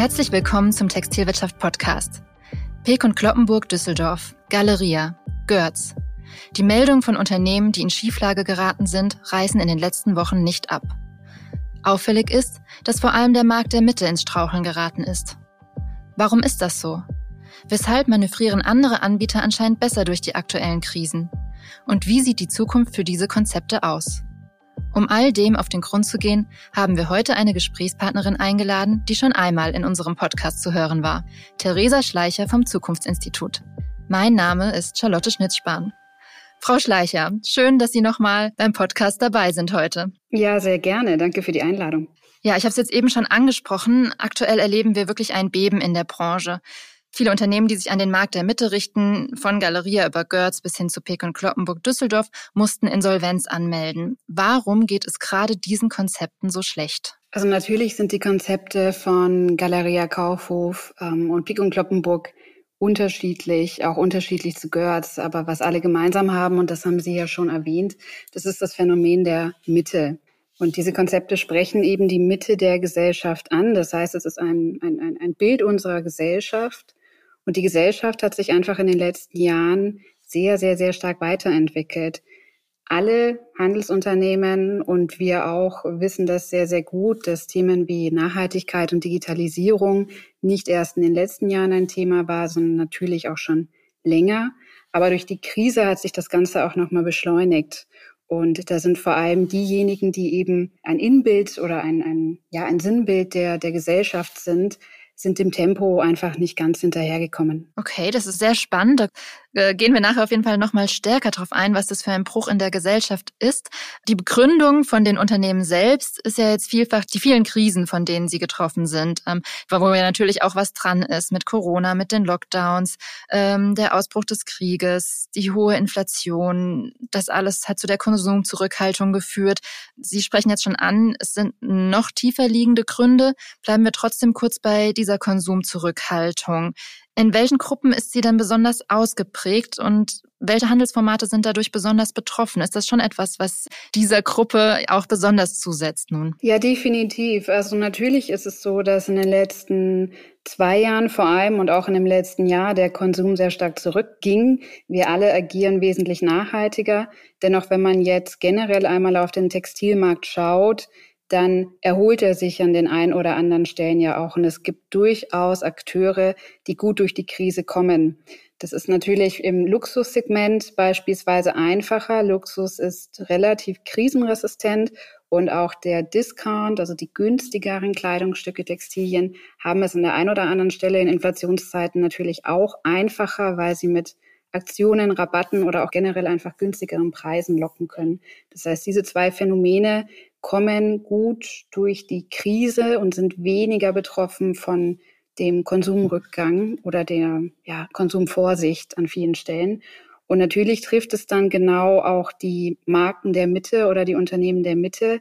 Herzlich willkommen zum Textilwirtschaft-Podcast. Peek & Cloppenburg Düsseldorf, Galeria, Görz. Die Meldungen von Unternehmen, die in Schieflage geraten sind, reißen in den letzten Wochen nicht ab. Auffällig ist, dass vor allem der Markt der Mitte ins Straucheln geraten ist. Warum ist das so? Weshalb manövrieren andere Anbieter anscheinend besser durch die aktuellen Krisen? Und wie sieht die Zukunft für diese Konzepte aus? Um all dem auf den Grund zu gehen, haben wir heute eine Gesprächspartnerin eingeladen, die schon einmal in unserem Podcast zu hören war. Theresa Schleicher vom Zukunftsinstitut. Mein Name ist Charlotte Schnitzspahn. Frau Schleicher, schön, dass Sie nochmal beim Podcast dabei sind heute. Ja, sehr gerne. Danke für die Einladung. Ja, ich habe es jetzt eben schon angesprochen. Aktuell erleben wir wirklich ein Beben in der Branche. Viele Unternehmen, die sich an den Markt der Mitte richten, von Galeria über Görz bis hin zu Peek & Cloppenburg Düsseldorf, mussten Insolvenz anmelden. Warum geht es gerade diesen Konzepten so schlecht? Also natürlich sind die Konzepte von Galeria Kaufhof und Peek & Cloppenburg unterschiedlich, auch unterschiedlich zu Görz. Aber was alle gemeinsam haben, und das haben Sie ja schon erwähnt, das ist das Phänomen der Mitte. Und diese Konzepte sprechen eben die Mitte der Gesellschaft an. Das heißt, es ist ein Bild unserer Gesellschaft. Und die Gesellschaft hat sich einfach in den letzten Jahren sehr, sehr, sehr stark weiterentwickelt. Alle Handelsunternehmen und wir auch wissen das sehr, sehr gut, dass Themen wie Nachhaltigkeit und Digitalisierung nicht erst in den letzten Jahren ein Thema war, sondern natürlich auch schon länger. Aber durch die Krise hat sich das Ganze auch nochmal beschleunigt. Und da sind vor allem diejenigen, die eben ein Inbild oder ein Sinnbild der Gesellschaft sind dem Tempo einfach nicht ganz hinterhergekommen. Okay, das ist sehr spannend. Da gehen wir nachher auf jeden Fall nochmal stärker drauf ein, was das für ein Bruch in der Gesellschaft ist. Die Begründung von den Unternehmen selbst ist ja jetzt vielfach die vielen Krisen, von denen sie getroffen sind, wo ja natürlich auch was dran ist mit Corona, mit den Lockdowns, der Ausbruch des Krieges, die hohe Inflation. Das alles hat zu der Konsumzurückhaltung geführt. Sie sprechen jetzt schon an, es sind noch tiefer liegende Gründe. Bleiben wir trotzdem kurz bei dieser Konsumzurückhaltung. In welchen Gruppen ist sie denn besonders ausgeprägt und welche Handelsformate sind dadurch besonders betroffen? Ist das schon etwas, was dieser Gruppe auch besonders zusetzt nun? Ja, definitiv. Also natürlich ist es so, dass in den letzten 2 Jahren vor allem und auch in dem letzten Jahr der Konsum sehr stark zurückging. Wir alle agieren wesentlich nachhaltiger. Dennoch, wenn man jetzt generell einmal auf den Textilmarkt schaut, dann erholt er sich an den ein oder anderen Stellen ja auch. Und es gibt durchaus Akteure, die gut durch die Krise kommen. Das ist natürlich im Luxussegment beispielsweise einfacher. Luxus ist relativ krisenresistent und auch der Discount, also die günstigeren Kleidungsstücke, Textilien, haben es an der einen oder anderen Stelle in Inflationszeiten natürlich auch einfacher, weil sie mit Aktionen, Rabatten oder auch generell einfach günstigeren Preisen locken können. Das heißt, diese 2 Phänomene kommen gut durch die Krise und sind weniger betroffen von dem Konsumrückgang oder der Konsumvorsicht an vielen Stellen. Und natürlich trifft es dann genau auch die Marken der Mitte oder die Unternehmen der Mitte,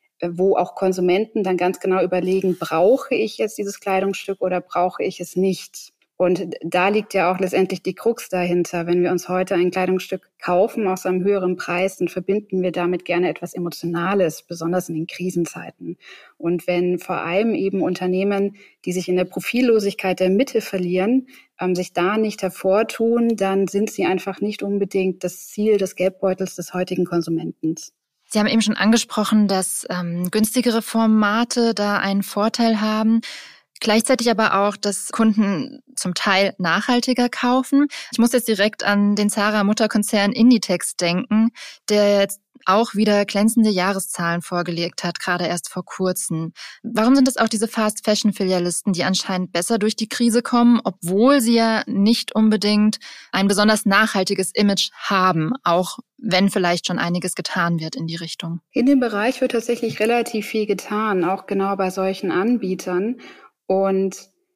wo auch Konsumenten dann ganz genau überlegen, brauche ich jetzt dieses Kleidungsstück oder brauche ich es nicht? Und da liegt ja auch letztendlich die Krux dahinter. Wenn wir uns heute ein Kleidungsstück kaufen aus einem höheren Preis, dann verbinden wir damit gerne etwas Emotionales, besonders in den Krisenzeiten. Und wenn vor allem eben Unternehmen, die sich in der Profillosigkeit der Mitte verlieren, sich da nicht hervortun, dann sind sie einfach nicht unbedingt das Ziel des Geldbeutels des heutigen Konsumenten. Sie haben eben schon angesprochen, dass günstigere Formate da einen Vorteil haben. Gleichzeitig aber auch, dass Kunden zum Teil nachhaltiger kaufen. Ich muss jetzt direkt an den Zara-Mutterkonzern Inditex denken, der jetzt auch wieder glänzende Jahreszahlen vorgelegt hat, gerade erst vor kurzem. Warum sind es auch diese Fast-Fashion-Filialisten, die anscheinend besser durch die Krise kommen, obwohl sie ja nicht unbedingt ein besonders nachhaltiges Image haben, auch wenn vielleicht schon einiges getan wird in die Richtung? In dem Bereich wird tatsächlich relativ viel getan, auch genau bei solchen Anbietern. Und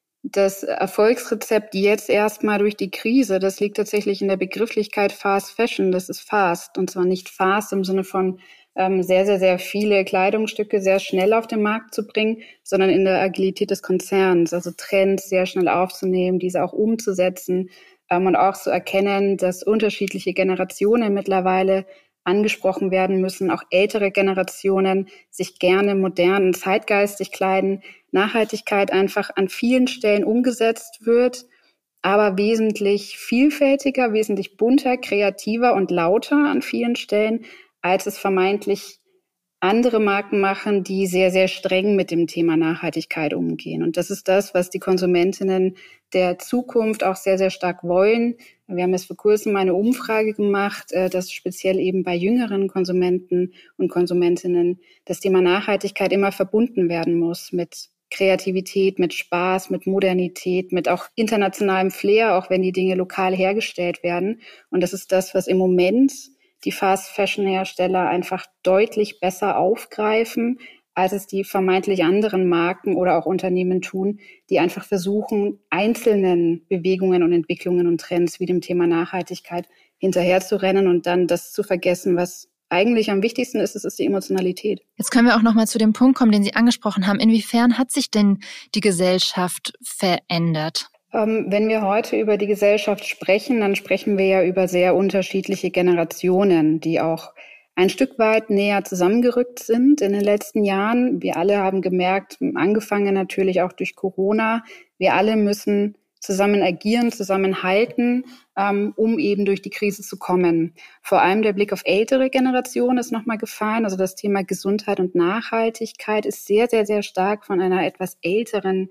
das Erfolgsrezept jetzt erstmal durch die Krise, das liegt tatsächlich in der Begrifflichkeit Fast Fashion. Das ist fast, und zwar nicht fast im Sinne von sehr, sehr, sehr viele Kleidungsstücke sehr schnell auf den Markt zu bringen, sondern in der Agilität des Konzerns, also Trends sehr schnell aufzunehmen, diese auch umzusetzen und auch zu erkennen, dass unterschiedliche Generationen mittlerweile angesprochen werden müssen. Auch ältere Generationen sich gerne modern und zeitgeistig kleiden. Nachhaltigkeit einfach an vielen Stellen umgesetzt wird, aber wesentlich vielfältiger, wesentlich bunter, kreativer und lauter an vielen Stellen, als es vermeintlich andere Marken machen, die sehr, sehr streng mit dem Thema Nachhaltigkeit umgehen. Und das ist das, was die Konsumentinnen der Zukunft auch sehr, sehr stark wollen. Wir haben jetzt vor kurzem eine Umfrage gemacht, dass speziell eben bei jüngeren Konsumenten und Konsumentinnen das Thema Nachhaltigkeit immer verbunden werden muss mit Kreativität, mit Spaß, mit Modernität, mit auch internationalem Flair, auch wenn die Dinge lokal hergestellt werden. Und das ist das, was im Moment die Fast-Fashion-Hersteller einfach deutlich besser aufgreifen, als es die vermeintlich anderen Marken oder auch Unternehmen tun, die einfach versuchen, einzelnen Bewegungen und Entwicklungen und Trends wie dem Thema Nachhaltigkeit hinterherzurennen und dann das zu vergessen, was eigentlich am wichtigsten ist, es ist die Emotionalität. Jetzt können wir auch noch mal zu dem Punkt kommen, den Sie angesprochen haben. Inwiefern hat sich denn die Gesellschaft verändert? Wenn wir heute über die Gesellschaft sprechen, dann sprechen wir ja über sehr unterschiedliche Generationen, die auch ein Stück weit näher zusammengerückt sind in den letzten Jahren. Wir alle haben gemerkt, angefangen natürlich auch durch Corona, wir alle müssen zusammen agieren, zusammenhalten, um eben durch die Krise zu kommen. Vor allem der Blick auf ältere Generationen ist nochmal gefallen. Also das Thema Gesundheit und Nachhaltigkeit ist sehr, sehr, sehr stark von einem älteren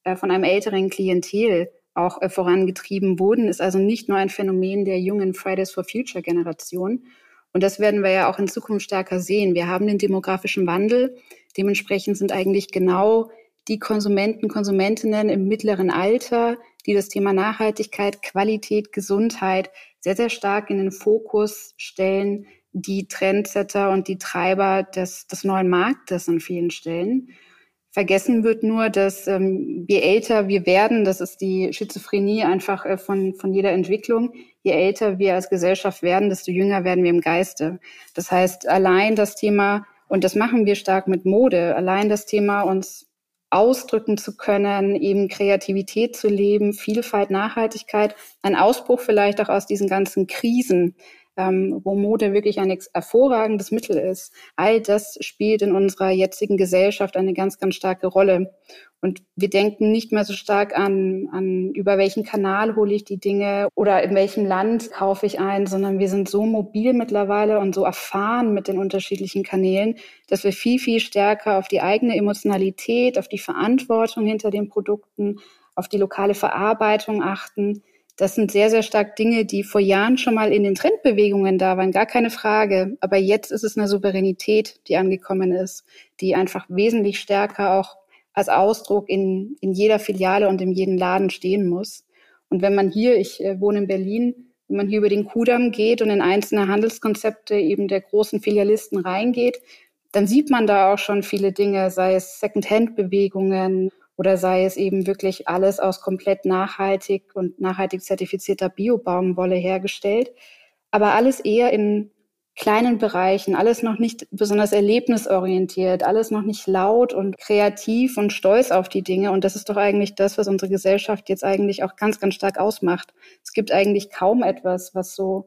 Klientel auch vorangetrieben wurden, ist also nicht nur ein Phänomen der jungen Fridays for Future Generation. Und das werden wir ja auch in Zukunft stärker sehen. Wir haben den demografischen Wandel. Dementsprechend sind eigentlich genau die Konsumenten, Konsumentinnen im mittleren Alter, die das Thema Nachhaltigkeit, Qualität, Gesundheit sehr, sehr stark in den Fokus stellen, die Trendsetter und die Treiber des neuen Marktes an vielen Stellen. Vergessen wird nur, dass je älter wir werden, das ist die Schizophrenie einfach von jeder Entwicklung, je älter wir als Gesellschaft werden, desto jünger werden wir im Geiste. Das heißt, allein das Thema, und das machen wir stark mit Mode, allein das Thema, uns ausdrücken zu können, eben Kreativität zu leben, Vielfalt, Nachhaltigkeit, ein Ausbruch vielleicht auch aus diesen ganzen Krisen, wo Mode wirklich ein hervorragendes Mittel ist. All das spielt in unserer jetzigen Gesellschaft eine ganz, ganz starke Rolle. Und wir denken nicht mehr so stark an über welchen Kanal hole ich die Dinge oder in welchem Land kaufe ich ein, sondern wir sind so mobil mittlerweile und so erfahren mit den unterschiedlichen Kanälen, dass wir viel, viel stärker auf die eigene Emotionalität, auf die Verantwortung hinter den Produkten, auf die lokale Verarbeitung achten. Das sind sehr, sehr stark Dinge, die vor Jahren schon mal in den Trendbewegungen da waren, gar keine Frage. Aber jetzt ist es eine Souveränität, die angekommen ist, die einfach wesentlich stärker auch als Ausdruck in jeder Filiale und in jedem Laden stehen muss. Und wenn man hier, ich wohne in Berlin, wenn man hier über den Kudamm geht und in einzelne Handelskonzepte eben der großen Filialisten reingeht, dann sieht man da auch schon viele Dinge, sei es Second-Hand-Bewegungen oder sei es eben wirklich alles aus komplett nachhaltig und nachhaltig zertifizierter Bio-Baumwolle hergestellt. Aber alles eher in kleinen Bereichen, alles noch nicht besonders erlebnisorientiert, alles noch nicht laut und kreativ und stolz auf die Dinge. Und das ist doch eigentlich das, was unsere Gesellschaft jetzt eigentlich auch ganz, ganz stark ausmacht. Es gibt eigentlich kaum etwas, was so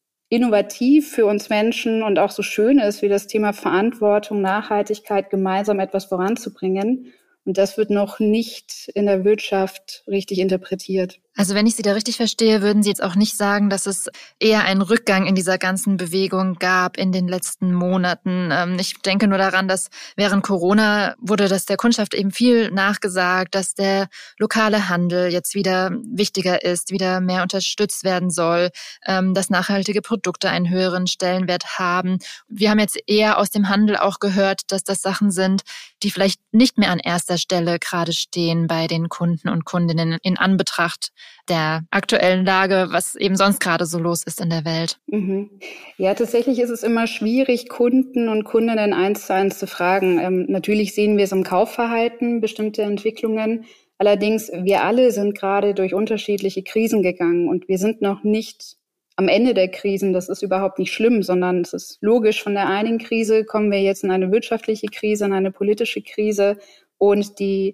innovativ für uns Menschen und auch so schön ist, wie das Thema Verantwortung, Nachhaltigkeit, gemeinsam etwas voranzubringen. Und das wird noch nicht in der Wirtschaft richtig interpretiert. Also wenn ich Sie da richtig verstehe, würden Sie jetzt auch nicht sagen, dass es eher einen Rückgang in dieser ganzen Bewegung gab in den letzten Monaten. Ich denke nur daran, dass während Corona wurde das der Kundschaft eben viel nachgesagt, dass der lokale Handel jetzt wieder wichtiger ist, wieder mehr unterstützt werden soll, dass nachhaltige Produkte einen höheren Stellenwert haben. Wir haben jetzt eher aus dem Handel auch gehört, dass das Sachen sind, die vielleicht nicht mehr an erster Stelle gerade stehen bei den Kunden und Kundinnen in Anbetracht der aktuellen Lage, was eben sonst gerade so los ist in der Welt. Ja, tatsächlich ist es immer schwierig, Kunden und Kundinnen 1:1 zu fragen. Natürlich sehen wir es im Kaufverhalten, bestimmte Entwicklungen. Allerdings, wir alle sind gerade durch unterschiedliche Krisen gegangen und wir sind noch nicht am Ende der Krisen. Das ist überhaupt nicht schlimm, sondern es ist logisch, von der einen Krise kommen wir jetzt in eine wirtschaftliche Krise, in eine politische Krise. Und die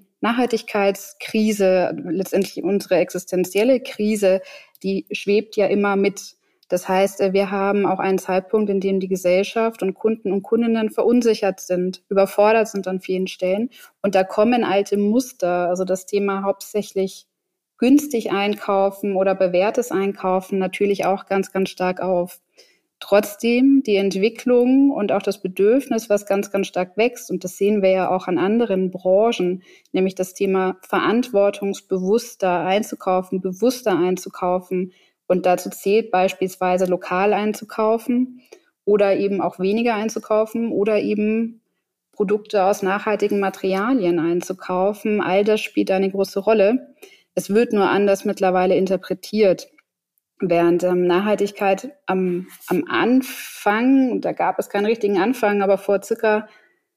Nachhaltigkeitskrise, letztendlich unsere existenzielle Krise, die schwebt ja immer mit. Das heißt, wir haben auch einen Zeitpunkt, in dem die Gesellschaft und Kunden und Kundinnen verunsichert sind, überfordert sind an vielen Stellen. Und da kommen alte Muster, also das Thema hauptsächlich günstig einkaufen oder bewährtes Einkaufen natürlich auch ganz, ganz stark auf. Trotzdem die Entwicklung und auch das Bedürfnis, was ganz, ganz stark wächst, und das sehen wir ja auch an anderen Branchen, nämlich das Thema verantwortungsbewusster einzukaufen, bewusster einzukaufen. Und dazu zählt beispielsweise lokal einzukaufen oder eben auch weniger einzukaufen oder eben Produkte aus nachhaltigen Materialien einzukaufen. All das spielt eine große Rolle. Es wird nur anders mittlerweile interpretiert. Während Nachhaltigkeit am Anfang, da gab es keinen richtigen Anfang, aber vor circa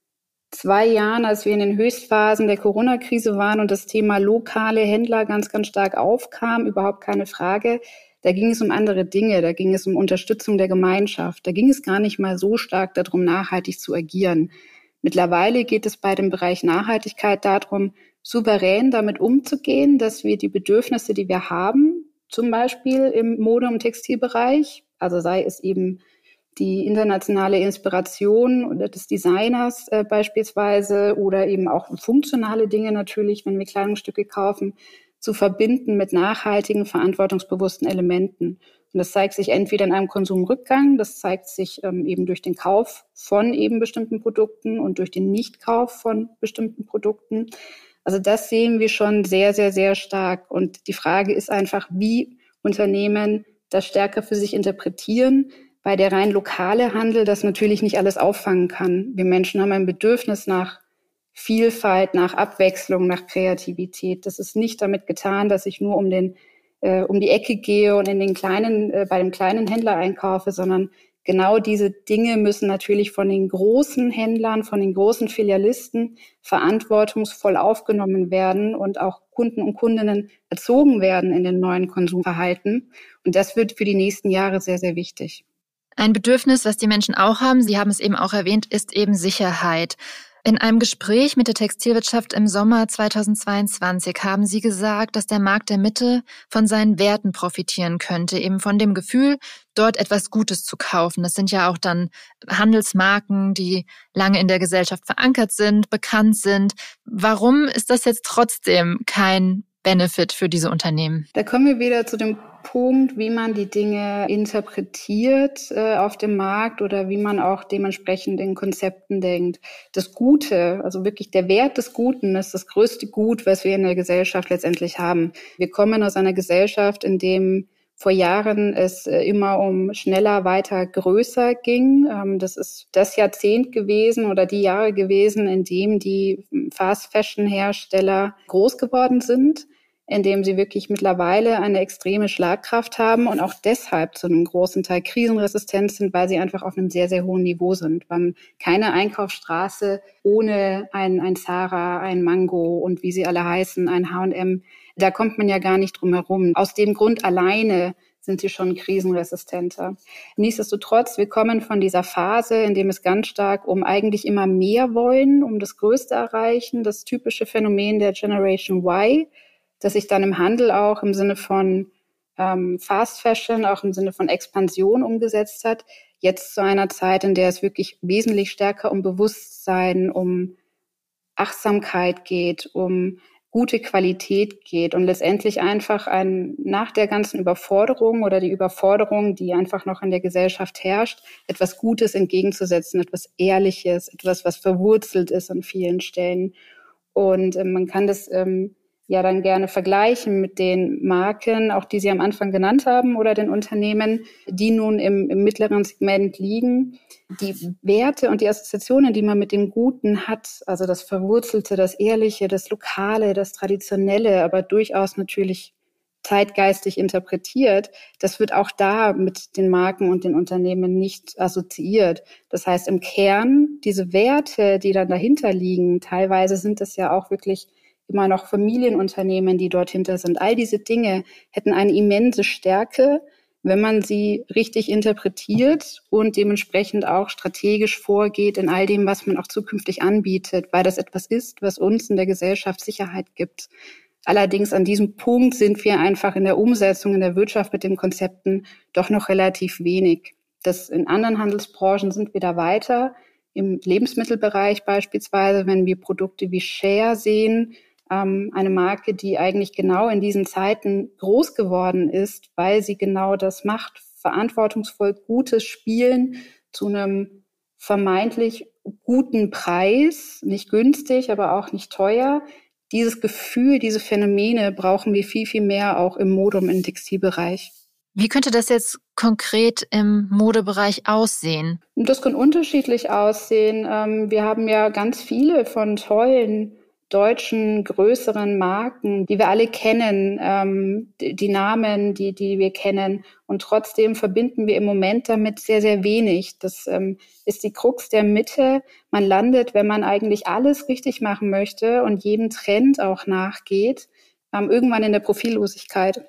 2 Jahren, als wir in den Höchstphasen der Corona-Krise waren und das Thema lokale Händler ganz, ganz stark aufkam, überhaupt keine Frage, da ging es um andere Dinge, da ging es um Unterstützung der Gemeinschaft, da ging es gar nicht mal so stark darum, nachhaltig zu agieren. Mittlerweile geht es bei dem Bereich Nachhaltigkeit darum, souverän damit umzugehen, dass wir die Bedürfnisse, die wir haben, zum Beispiel im Mode- und Textilbereich, also sei es eben die internationale Inspiration des Designers beispielsweise oder eben auch funktionale Dinge natürlich, wenn wir Kleidungsstücke kaufen, zu verbinden mit nachhaltigen, verantwortungsbewussten Elementen. Und das zeigt sich entweder in einem Konsumrückgang, das zeigt sich eben durch den Kauf von eben bestimmten Produkten und durch den Nichtkauf von bestimmten Produkten. Also das sehen wir schon sehr, sehr, sehr stark. Und die Frage ist einfach, wie Unternehmen das stärker für sich interpretieren, weil der rein lokale Handel das natürlich nicht alles auffangen kann. Wir Menschen haben ein Bedürfnis nach Vielfalt, nach Abwechslung, nach Kreativität. Das ist nicht damit getan, dass ich nur um die Ecke gehe und bei dem kleinen Händler einkaufe, sondern genau diese Dinge müssen natürlich von den großen Händlern, von den großen Filialisten verantwortungsvoll aufgenommen werden und auch Kunden und Kundinnen erzogen werden in den neuen Konsumverhalten. Und das wird für die nächsten Jahre sehr, sehr wichtig. Ein Bedürfnis, was die Menschen auch haben, Sie haben es eben auch erwähnt, ist eben Sicherheit. In einem Gespräch mit der Textilwirtschaft im Sommer 2022 haben Sie gesagt, dass der Markt der Mitte von seinen Werten profitieren könnte, eben von dem Gefühl, dort etwas Gutes zu kaufen. Das sind ja auch dann Handelsmarken, die lange in der Gesellschaft verankert sind, bekannt sind. Warum ist das jetzt trotzdem kein Benefit für diese Unternehmen? Da kommen wir wieder zu dem Punkt, wie man die Dinge interpretiert auf dem Markt oder wie man auch dementsprechend in Konzepten denkt. Das Gute, also wirklich der Wert des Guten, ist das größte Gut, was wir in der Gesellschaft letztendlich haben. Wir kommen aus einer Gesellschaft, in dem vor Jahren es immer um schneller, weiter, größer ging. Das ist das Jahrzehnt gewesen oder die Jahre gewesen, in dem die Fast-Fashion-Hersteller groß geworden sind, in dem sie wirklich mittlerweile eine extreme Schlagkraft haben und auch deshalb zu einem großen Teil krisenresistent sind, weil sie einfach auf einem sehr, sehr hohen Niveau sind. Wir haben keine Einkaufsstraße ohne ein Zara, ein Mango und wie sie alle heißen, ein H&M. Da kommt man ja gar nicht drum herum. Aus dem Grund alleine sind sie schon krisenresistenter. Nichtsdestotrotz, wir kommen von dieser Phase, in dem es ganz stark um eigentlich immer mehr wollen, um das Größte erreichen, das typische Phänomen der Generation Y, das sich dann im Handel auch im Sinne von Fast Fashion, auch im Sinne von Expansion umgesetzt hat, jetzt zu einer Zeit, in der es wirklich wesentlich stärker um Bewusstsein, um Achtsamkeit geht, um gute Qualität geht und letztendlich einfach nach der ganzen Überforderung oder die Überforderung, die einfach noch in der Gesellschaft herrscht, etwas Gutes entgegenzusetzen, etwas Ehrliches, etwas, was verwurzelt ist an vielen Stellen. Und man kann das ja dann gerne vergleichen mit den Marken, auch die Sie am Anfang genannt haben, oder den Unternehmen, die nun im mittleren Segment liegen. Die Werte und die Assoziationen, die man mit dem Guten hat, also das Verwurzelte, das Ehrliche, das Lokale, das Traditionelle, aber durchaus natürlich zeitgeistig interpretiert, das wird auch da mit den Marken und den Unternehmen nicht assoziiert. Das heißt, im Kern, diese Werte, die dann dahinter liegen, teilweise sind das ja auch wirklich immer noch Familienunternehmen, die dort hinter sind. All diese Dinge hätten eine immense Stärke, wenn man sie richtig interpretiert und dementsprechend auch strategisch vorgeht in all dem, was man auch zukünftig anbietet, weil das etwas ist, was uns in der Gesellschaft Sicherheit gibt. Allerdings an diesem Punkt sind wir einfach in der Umsetzung in der Wirtschaft mit den Konzepten doch noch relativ wenig. In anderen Handelsbranchen sind wir da weiter. Im Lebensmittelbereich beispielsweise, wenn wir Produkte wie Share sehen, eine Marke, die eigentlich genau in diesen Zeiten groß geworden ist, weil sie genau das macht, verantwortungsvoll gutes Spielen zu einem vermeintlich guten Preis, nicht günstig, aber auch nicht teuer. Dieses Gefühl, diese Phänomene brauchen wir viel, viel mehr auch im Mode- und im Textilbereich. Wie könnte das jetzt konkret im Modebereich aussehen? Das kann unterschiedlich aussehen. Wir haben ja ganz viele von tollen deutschen, größeren Marken, die wir alle kennen, die Namen, die wir kennen. Und trotzdem verbinden wir im Moment damit sehr, sehr wenig. Das ist die Krux der Mitte. Man landet, wenn man eigentlich alles richtig machen möchte und jedem Trend auch nachgeht, irgendwann in der Profillosigkeit.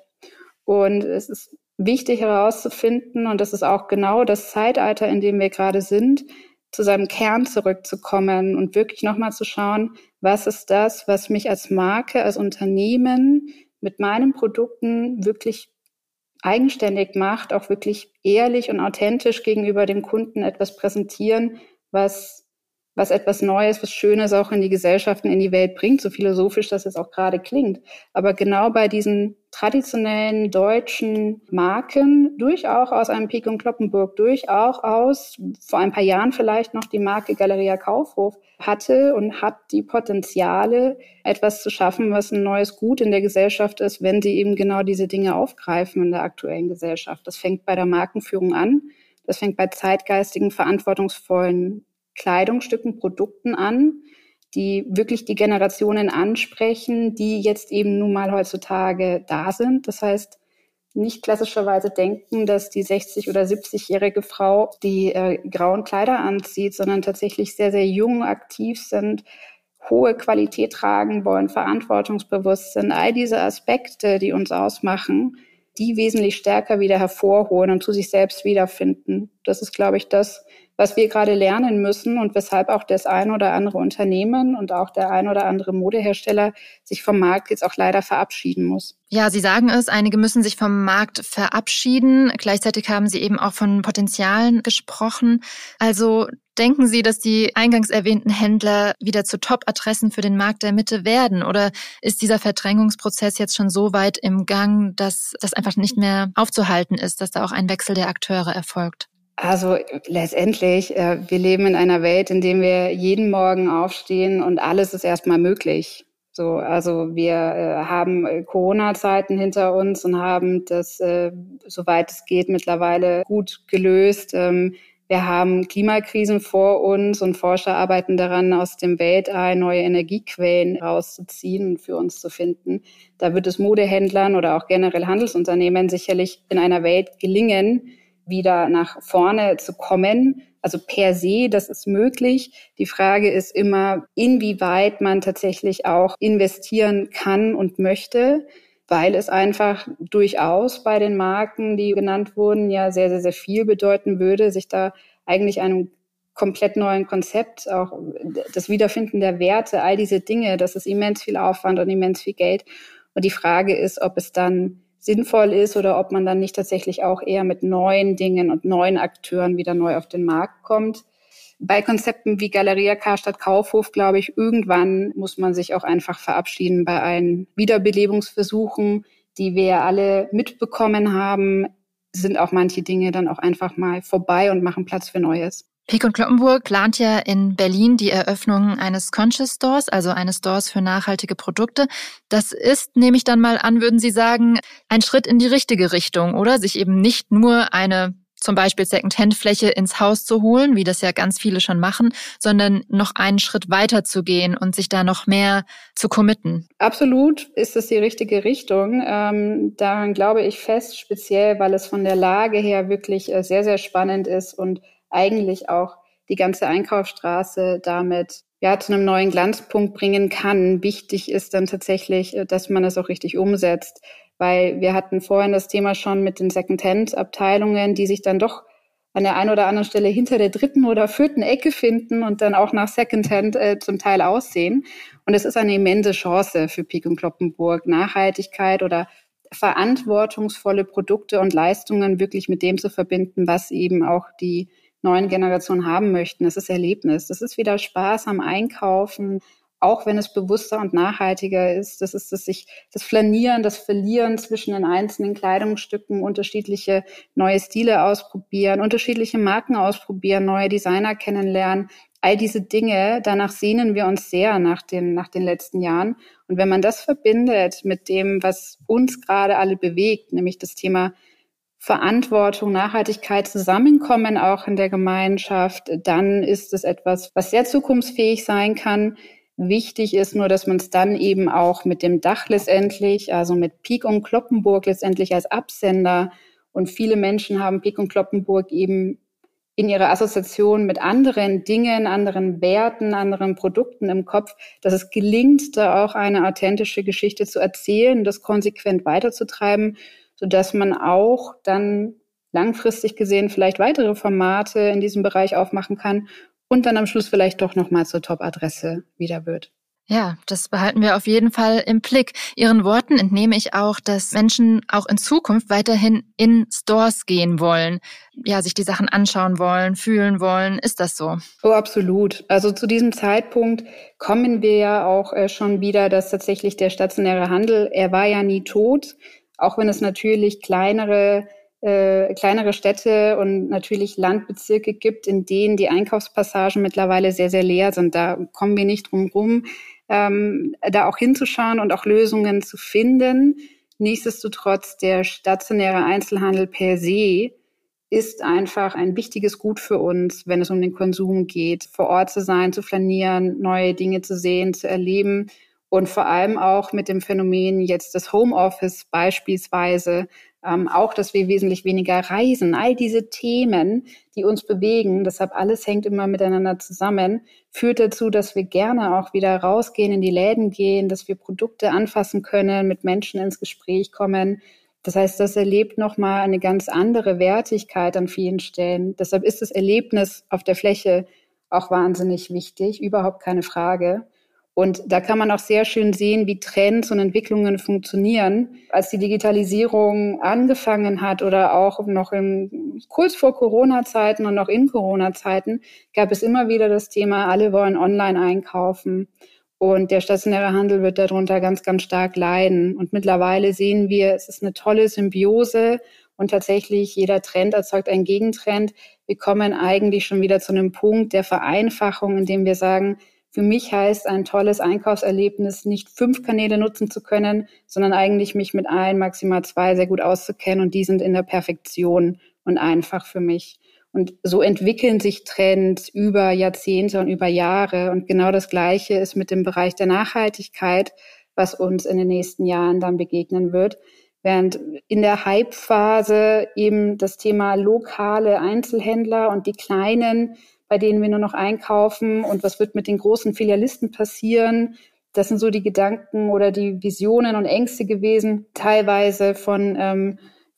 Und es ist wichtig herauszufinden, und das ist auch genau das Zeitalter, in dem wir gerade sind, zu seinem Kern zurückzukommen und wirklich nochmal zu schauen, was ist das, was mich als Marke, als Unternehmen mit meinen Produkten wirklich eigenständig macht, auch wirklich ehrlich und authentisch gegenüber dem Kunden etwas präsentieren, was etwas Neues, was Schönes auch in die Gesellschaft und in die Welt bringt, so philosophisch das jetzt auch gerade klingt. Aber genau bei diesen traditionellen deutschen Marken, durchaus aus einem Peek & Cloppenburg, durchaus vor ein paar Jahren vielleicht noch die Marke Galeria Kaufhof hatte und hat die Potenziale, etwas zu schaffen, was ein neues Gut in der Gesellschaft ist, wenn sie eben genau diese Dinge aufgreifen in der aktuellen Gesellschaft. Das fängt bei der Markenführung an. Das fängt bei zeitgeistigen, verantwortungsvollen Kleidungsstücken, Produkten an, die wirklich die Generationen ansprechen, die jetzt eben nun mal heutzutage da sind. Das heißt, nicht klassischerweise denken, dass die 60- oder 70-jährige Frau die grauen Kleider anzieht, sondern tatsächlich sehr, sehr jung, aktiv sind, hohe Qualität tragen wollen, verantwortungsbewusst sind. All diese Aspekte, die uns ausmachen, die wesentlich stärker wieder hervorholen und zu sich selbst wiederfinden. Das ist, glaube ich, das, was wir gerade lernen müssen und weshalb auch das ein oder andere Unternehmen und auch der ein oder andere Modehersteller sich vom Markt jetzt auch leider verabschieden muss. Ja, Sie sagen es, einige müssen sich vom Markt verabschieden. Gleichzeitig haben Sie eben auch von Potenzialen gesprochen. Also denken Sie, dass die eingangs erwähnten Händler wieder zu Top-Adressen für den Markt der Mitte werden? Oder ist dieser Verdrängungsprozess jetzt schon so weit im Gang, dass das einfach nicht mehr aufzuhalten ist, dass da auch ein Wechsel der Akteure erfolgt? Also letztendlich, wir leben in einer Welt, in der wir jeden Morgen aufstehen und alles ist erstmal möglich. Also wir haben Corona-Zeiten hinter uns und haben das, soweit es geht, mittlerweile gut gelöst. Wir haben Klimakrisen vor uns und Forscher arbeiten daran, aus dem Weltall neue Energiequellen rauszuziehen und für uns zu finden. Da wird es Modehändlern oder auch generell Handelsunternehmen sicherlich in einer Welt gelingen, wieder nach vorne zu kommen. Also per se, das ist möglich. Die Frage ist immer, inwieweit man tatsächlich auch investieren kann und möchte, weil es einfach durchaus bei den Marken, die genannt wurden, ja sehr, sehr, sehr viel bedeuten würde, sich da eigentlich einem komplett neuen Konzept, auch das Wiederfinden der Werte, all diese Dinge, das ist immens viel Aufwand und immens viel Geld. Und die Frage ist, ob es dann sinnvoll ist oder ob man dann nicht tatsächlich auch eher mit neuen Dingen und neuen Akteuren wieder neu auf den Markt kommt. Bei Konzepten wie Galeria Karstadt Kaufhof, glaube ich, irgendwann muss man sich auch einfach verabschieden bei allen Wiederbelebungsversuchen, die wir ja alle mitbekommen haben, sind auch manche Dinge dann auch einfach mal vorbei und machen Platz für Neues. Peek & Cloppenburg plant ja in Berlin die Eröffnung eines Conscious Stores, also eines Stores für nachhaltige Produkte. Das ist, nehme ich dann mal an, würden Sie sagen, ein Schritt in die richtige Richtung, oder? Sich eben nicht nur eine zum Beispiel Second-Hand-Fläche ins Haus zu holen, wie das ja ganz viele schon machen, sondern noch einen Schritt weiter zu gehen und sich da noch mehr zu committen. Absolut ist es die richtige Richtung. Daran glaube ich fest, speziell, weil es von der Lage her wirklich sehr, sehr spannend ist und eigentlich auch die ganze Einkaufsstraße damit zu einem neuen Glanzpunkt bringen kann. Wichtig ist dann tatsächlich, dass man es auch richtig umsetzt, weil wir hatten vorhin das Thema schon mit den Second-Hand-Abteilungen, die sich dann doch an der einen oder anderen Stelle hinter der 3. oder 4. Ecke finden und dann auch nach Secondhand zum Teil aussehen. Und es ist eine immense Chance für Peek & Cloppenburg, Nachhaltigkeit oder verantwortungsvolle Produkte und Leistungen wirklich mit dem zu verbinden, was eben auch die neuen Generationen haben möchten. Das ist Erlebnis. Das ist wieder Spaß am Einkaufen, auch wenn es bewusster und nachhaltiger ist. Das ist das Flanieren, das Verlieren zwischen den einzelnen Kleidungsstücken, unterschiedliche neue Stile ausprobieren, unterschiedliche Marken ausprobieren, neue Designer kennenlernen. All diese Dinge, danach sehnen wir uns sehr nach den letzten Jahren. Und wenn man das verbindet mit dem, was uns gerade alle bewegt, nämlich das Thema Verantwortung, Nachhaltigkeit, Zusammenkommen auch in der Gemeinschaft, dann ist es etwas, was sehr zukunftsfähig sein kann. Wichtig ist nur, dass man es dann eben auch mit dem Dach letztendlich, also mit Peek & Cloppenburg letztendlich als Absender, und viele Menschen haben Peek & Cloppenburg eben in ihrer Assoziation mit anderen Dingen, anderen Werten, anderen Produkten im Kopf, dass es gelingt, da auch eine authentische Geschichte zu erzählen, das konsequent weiterzutreiben, sodass man auch dann langfristig gesehen vielleicht weitere Formate in diesem Bereich aufmachen kann und dann am Schluss vielleicht doch nochmal zur Top-Adresse wieder wird. Ja, das behalten wir auf jeden Fall im Blick. Ihren Worten entnehme ich auch, dass Menschen auch in Zukunft weiterhin in Stores gehen wollen, ja, sich die Sachen anschauen wollen, fühlen wollen. Ist das so? Oh, absolut. Also zu diesem Zeitpunkt kommen wir ja auch schon wieder, dass tatsächlich der stationäre Handel, er war ja nie tot, auch wenn es natürlich kleinere Städte und natürlich Landbezirke gibt, in denen die Einkaufspassagen mittlerweile sehr, sehr leer sind. Da kommen wir nicht drum rum, da auch hinzuschauen und auch Lösungen zu finden. Nichtsdestotrotz, der stationäre Einzelhandel per se ist einfach ein wichtiges Gut für uns, wenn es um den Konsum geht, vor Ort zu sein, zu flanieren, neue Dinge zu sehen, zu erleben und vor allem auch mit dem Phänomen jetzt des Homeoffice beispielsweise, auch, dass wir wesentlich weniger reisen. All diese Themen, die uns bewegen, deshalb alles hängt immer miteinander zusammen, führt dazu, dass wir gerne auch wieder rausgehen, in die Läden gehen, dass wir Produkte anfassen können, mit Menschen ins Gespräch kommen. Das heißt, das erlebt nochmal eine ganz andere Wertigkeit an vielen Stellen. Deshalb ist das Erlebnis auf der Fläche auch wahnsinnig wichtig, überhaupt keine Frage. Und da kann man auch sehr schön sehen, wie Trends und Entwicklungen funktionieren. Als die Digitalisierung angefangen hat oder auch noch kurz vor Corona-Zeiten und noch in Corona-Zeiten, gab es immer wieder das Thema, alle wollen online einkaufen. Und der stationäre Handel wird darunter ganz, ganz stark leiden. Und mittlerweile sehen wir, es ist eine tolle Symbiose und tatsächlich jeder Trend erzeugt einen Gegentrend. Wir kommen eigentlich schon wieder zu einem Punkt der Vereinfachung, in dem wir sagen, für mich heißt ein tolles Einkaufserlebnis, nicht 5 Kanäle nutzen zu können, sondern eigentlich mich mit 1, maximal 2 sehr gut auszukennen. Und die sind in der Perfektion und einfach für mich. Und so entwickeln sich Trends über Jahrzehnte und über Jahre. Und genau das Gleiche ist mit dem Bereich der Nachhaltigkeit, was uns in den nächsten Jahren dann begegnen wird. Während in der Hype-Phase eben das Thema lokale Einzelhändler und die kleinen, bei denen wir nur noch einkaufen, und was wird mit den großen Filialisten passieren. Das sind so die Gedanken oder die Visionen und Ängste gewesen, teilweise von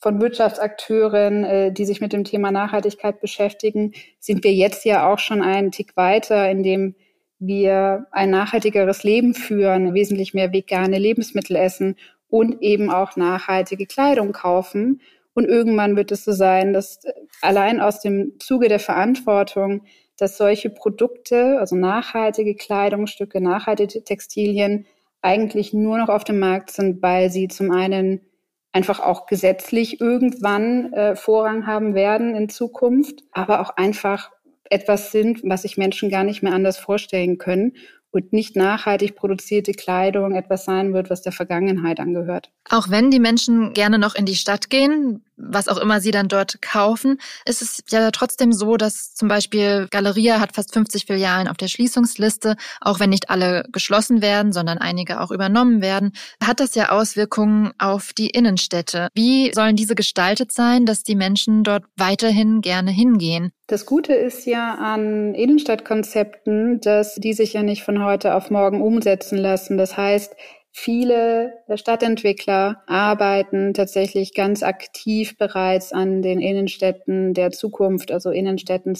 Wirtschaftsakteuren, die sich mit dem Thema Nachhaltigkeit beschäftigen. Sind wir jetzt ja auch schon einen Tick weiter, indem wir ein nachhaltigeres Leben führen, wesentlich mehr vegane Lebensmittel essen und eben auch nachhaltige Kleidung kaufen. Und irgendwann wird es so sein, dass allein aus dem Zuge der Verantwortung, dass solche Produkte, also nachhaltige Kleidungsstücke, nachhaltige Textilien, eigentlich nur noch auf dem Markt sind, weil sie zum einen einfach auch gesetzlich irgendwann Vorrang haben werden in Zukunft, aber auch einfach etwas sind, was sich Menschen gar nicht mehr anders vorstellen können und nicht nachhaltig produzierte Kleidung etwas sein wird, was der Vergangenheit angehört. Auch wenn die Menschen gerne noch in die Stadt gehen, was auch immer sie dann dort kaufen, ist es ja trotzdem so, dass zum Beispiel Galeria hat fast 50 Filialen auf der Schließungsliste, auch wenn nicht alle geschlossen werden, sondern einige auch übernommen werden, hat das ja Auswirkungen auf die Innenstädte. Wie sollen diese gestaltet sein, dass die Menschen dort weiterhin gerne hingehen? Das Gute ist ja an Innenstadtkonzepten, dass die sich ja nicht von heute auf morgen umsetzen lassen. Das heißt, Viele Stadtentwickler arbeiten tatsächlich ganz aktiv bereits an den Innenstädten der Zukunft, also Innenstädten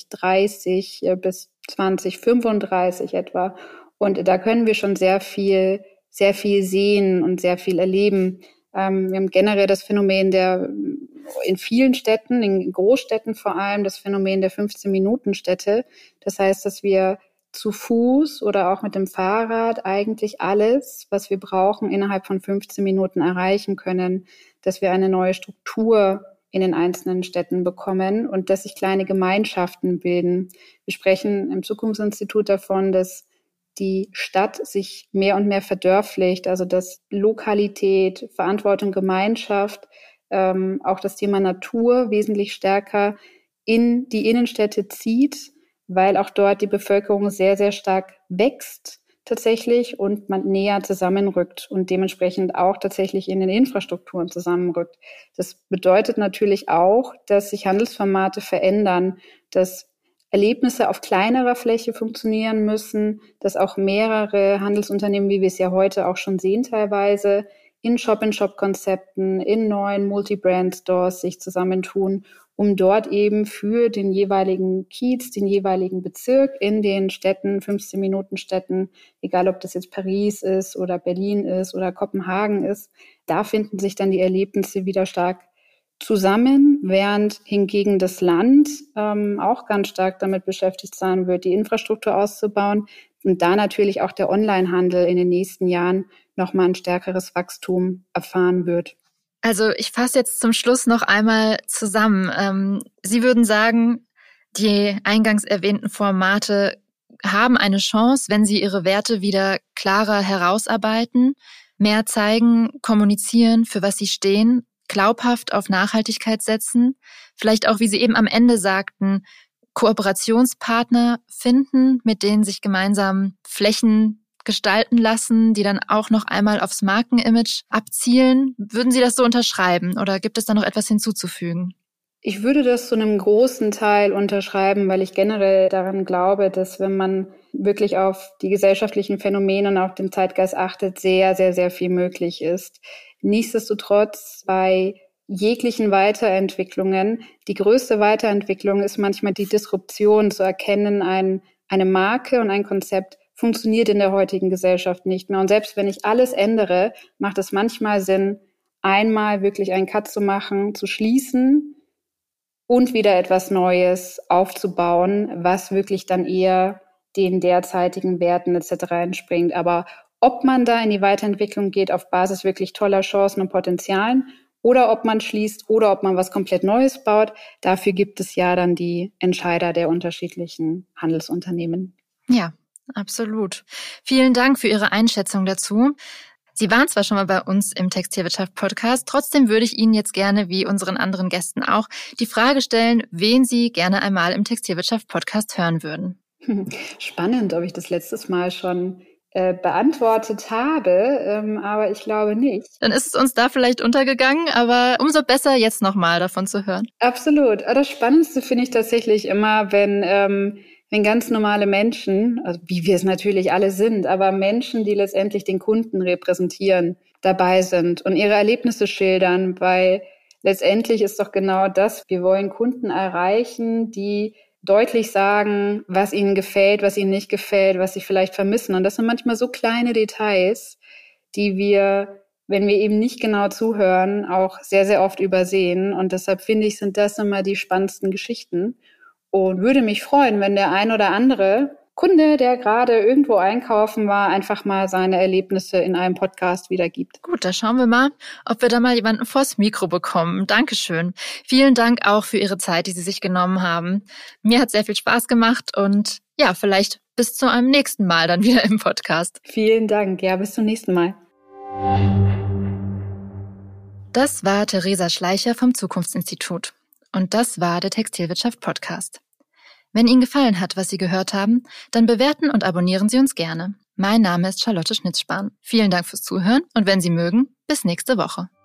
2030 bis 2035 etwa. Und da können wir schon sehr viel sehen und sehr viel erleben. Wir haben generell das Phänomen in vielen Städten, in Großstädten vor allem, das Phänomen der 15-Minuten-Städte. Das heißt, dass wir zu Fuß oder auch mit dem Fahrrad eigentlich alles, was wir brauchen, innerhalb von 15 Minuten erreichen können, dass wir eine neue Struktur in den einzelnen Städten bekommen und dass sich kleine Gemeinschaften bilden. Wir sprechen im Zukunftsinstitut davon, dass die Stadt sich mehr und mehr verdörflicht, also dass Lokalität, Verantwortung, Gemeinschaft, auch das Thema Natur wesentlich stärker in die Innenstädte zieht, weil auch dort die Bevölkerung sehr, sehr stark wächst tatsächlich und man näher zusammenrückt und dementsprechend auch tatsächlich in den Infrastrukturen zusammenrückt. Das bedeutet natürlich auch, dass sich Handelsformate verändern, dass Erlebnisse auf kleinerer Fläche funktionieren müssen, dass auch mehrere Handelsunternehmen, wie wir es ja heute auch schon sehen teilweise, in Shop-in-Shop-Konzepten, in neuen Multi-Brand-Stores sich zusammentun, um dort eben für den jeweiligen Kiez, den jeweiligen Bezirk in den Städten, 15-Minuten-Städten, egal ob das jetzt Paris ist oder Berlin ist oder Kopenhagen ist, da finden sich dann die Erlebnisse wieder stark zusammen, während hingegen das Land auch ganz stark damit beschäftigt sein wird, die Infrastruktur auszubauen und da natürlich auch der Onlinehandel in den nächsten Jahren nochmal ein stärkeres Wachstum erfahren wird. Also ich fasse jetzt zum Schluss noch einmal zusammen. Sie würden sagen, die eingangs erwähnten Formate haben eine Chance, wenn sie ihre Werte wieder klarer herausarbeiten, mehr zeigen, kommunizieren, für was sie stehen, glaubhaft auf Nachhaltigkeit setzen, vielleicht auch, wie Sie eben am Ende sagten, Kooperationspartner finden, mit denen sich gemeinsam Flächen gestalten lassen, die dann auch noch einmal aufs Markenimage abzielen. Würden Sie das so unterschreiben oder gibt es da noch etwas hinzuzufügen? Ich würde das zu einem großen Teil unterschreiben, weil ich generell daran glaube, dass wenn man wirklich auf die gesellschaftlichen Phänomene und auf den Zeitgeist achtet, sehr, sehr, sehr viel möglich ist. Nichtsdestotrotz bei jeglichen Weiterentwicklungen, die größte Weiterentwicklung ist manchmal die Disruption, zu erkennen, eine Marke und ein Konzept funktioniert in der heutigen Gesellschaft nicht mehr. Und selbst wenn ich alles ändere, macht es manchmal Sinn, einmal wirklich einen Cut zu machen, zu schließen und wieder etwas Neues aufzubauen, was wirklich dann eher den derzeitigen Werten etc. entspringt. Aber ob man da in die Weiterentwicklung geht auf Basis wirklich toller Chancen und Potenzialen oder ob man schließt oder ob man was komplett Neues baut, dafür gibt es ja dann die Entscheider der unterschiedlichen Handelsunternehmen. Ja, absolut. Vielen Dank für Ihre Einschätzung dazu. Sie waren zwar schon mal bei uns im Textilwirtschaft-Podcast, trotzdem würde ich Ihnen jetzt gerne, wie unseren anderen Gästen auch, die Frage stellen, wen Sie gerne einmal im Textilwirtschaft-Podcast hören würden. Spannend, ob ich das letztes Mal schon beantwortet habe, aber ich glaube nicht. Dann ist es uns da vielleicht untergegangen, aber umso besser, jetzt nochmal davon zu hören. Absolut. Aber das Spannendste finde ich tatsächlich immer, wenn ganz normale Menschen, also wie wir es natürlich alle sind, aber Menschen, die letztendlich den Kunden repräsentieren, dabei sind und ihre Erlebnisse schildern, weil letztendlich ist doch genau das, wir wollen Kunden erreichen, die deutlich sagen, was ihnen gefällt, was ihnen nicht gefällt, was sie vielleicht vermissen. Und das sind manchmal so kleine Details, die wir, wenn wir eben nicht genau zuhören, auch sehr, sehr oft übersehen. Und deshalb finde ich, sind das immer die spannendsten Geschichten. Und würde mich freuen, wenn der ein oder andere Kunde, der gerade irgendwo einkaufen war, einfach mal seine Erlebnisse in einem Podcast wiedergibt. Gut, da schauen wir mal, ob wir da mal jemanden vors Mikro bekommen. Dankeschön. Vielen Dank auch für Ihre Zeit, die Sie sich genommen haben. Mir hat sehr viel Spaß gemacht und ja, vielleicht bis zu einem nächsten Mal dann wieder im Podcast. Vielen Dank. Ja, bis zum nächsten Mal. Das war Theresa Schleicher vom Zukunftsinstitut. Und das war der Textilwirtschaft-Podcast. Wenn Ihnen gefallen hat, was Sie gehört haben, dann bewerten und abonnieren Sie uns gerne. Mein Name ist Charlotte Schnitzspahn. Vielen Dank fürs Zuhören und wenn Sie mögen, bis nächste Woche.